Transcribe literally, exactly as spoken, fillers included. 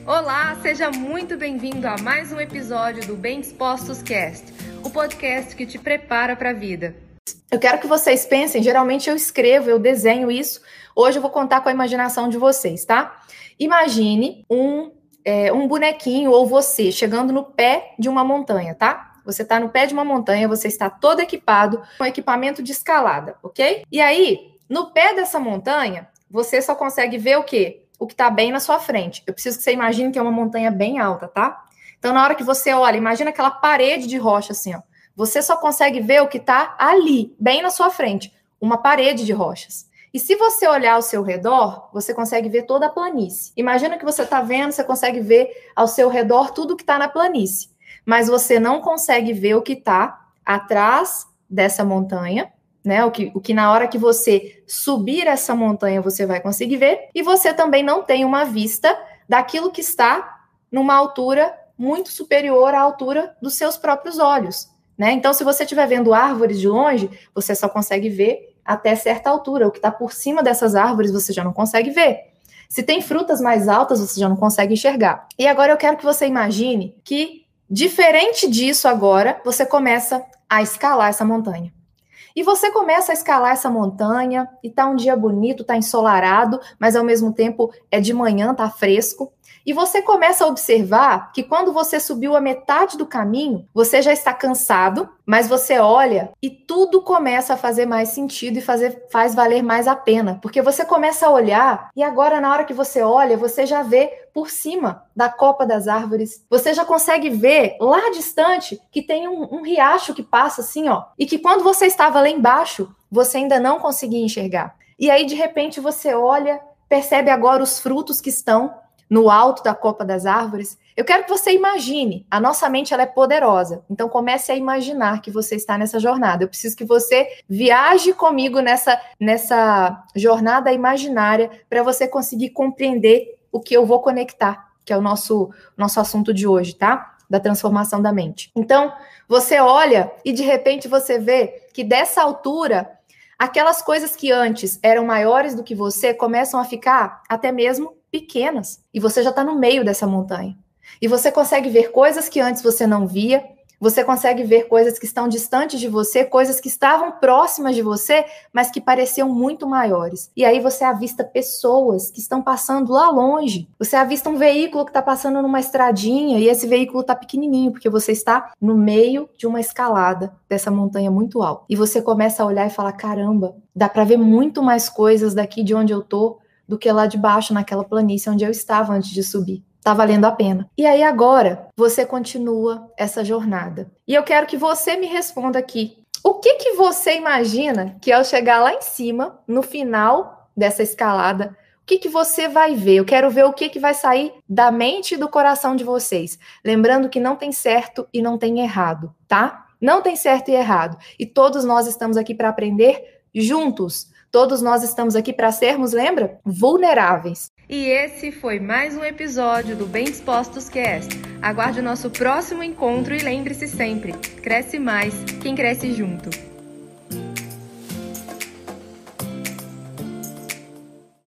Olá, seja muito bem-vindo a mais um episódio do Bem Dispostos Cast, o podcast que te prepara para a vida. Eu quero que vocês pensem, geralmente eu escrevo, eu desenho isso, hoje eu vou contar com a imaginação de vocês, tá? Imagine um, é, um bonequinho ou você chegando no pé de uma montanha, tá? Você está no pé de uma montanha, você está todo equipado com equipamento de escalada, ok? E aí, no pé dessa montanha, você só consegue ver o quê? O que está bem na sua frente. Eu preciso que você imagine que é uma montanha bem alta, tá? Então, na hora que você olha, imagina aquela parede de rocha assim, ó. Você só consegue ver o que está ali, bem na sua frente, uma parede de rochas. E se você olhar ao seu redor, você consegue ver toda a planície. Imagina que você está vendo, você consegue ver ao seu redor tudo que está na planície. Mas você não consegue ver o que está atrás dessa montanha, né? O que, o que na hora que você subir essa montanha você vai conseguir ver. E você também não tem uma vista daquilo que está numa altura muito superior à altura dos seus próprios olhos, né? Então, se você estiver vendo árvores de longe, você só consegue ver até certa altura. O que está por cima dessas árvores você já não consegue ver. Se tem frutas mais altas, você já não consegue enxergar. E agora eu quero que você imagine que, diferente disso agora, você começa a escalar essa montanha. E você começa a escalar essa montanha, e tá um dia bonito, tá ensolarado, mas ao mesmo tempo é de manhã, tá fresco. E você começa a observar que quando você subiu a metade do caminho, você já está cansado, mas você olha e tudo começa a fazer mais sentido e fazer, faz valer mais a pena. Porque você começa a olhar e agora na hora que você olha, você já vê por cima da copa das árvores. Você já consegue ver lá distante que tem um, um riacho que passa assim, ó. E que quando você estava lá embaixo, você ainda não conseguia enxergar. E aí de repente você olha, percebe agora os frutos que estão no alto da copa das árvores. Eu quero que você imagine, a nossa mente ela é poderosa, então comece a imaginar que você está nessa jornada. Eu preciso que você viaje comigo nessa, nessa jornada imaginária para você conseguir compreender o que eu vou conectar, que é o nosso, nosso assunto de hoje, tá? Da transformação da mente. Então, você olha e de repente você vê que dessa altura, aquelas coisas que antes eram maiores do que você começam a ficar até mesmo pequenas, e você já está no meio dessa montanha. E você consegue ver coisas que antes você não via, você consegue ver coisas que estão distantes de você, coisas que estavam próximas de você, mas que pareciam muito maiores. E aí você avista pessoas que estão passando lá longe. Você avista um veículo que está passando numa estradinha, e esse veículo está pequenininho, porque você está no meio de uma escalada dessa montanha muito alta. E você começa a olhar e falar, caramba, dá para ver muito mais coisas daqui de onde eu tô, do que lá de baixo, naquela planície onde eu estava antes de subir. Tá valendo a pena. E aí agora, você continua essa jornada. E eu quero que você me responda aqui. O que que você imagina que ao chegar lá em cima, no final dessa escalada, o que que você vai ver? Eu quero ver o que que vai sair da mente e do coração de vocês. Lembrando que não tem certo e não tem errado, tá? Não tem certo e errado. E todos nós estamos aqui para aprender juntos. Todos nós estamos aqui para sermos, lembra? Vulneráveis. E esse foi mais um episódio do Bem Dispostos Cast. Aguarde o nosso próximo encontro e lembre-se sempre, cresce mais quem cresce junto.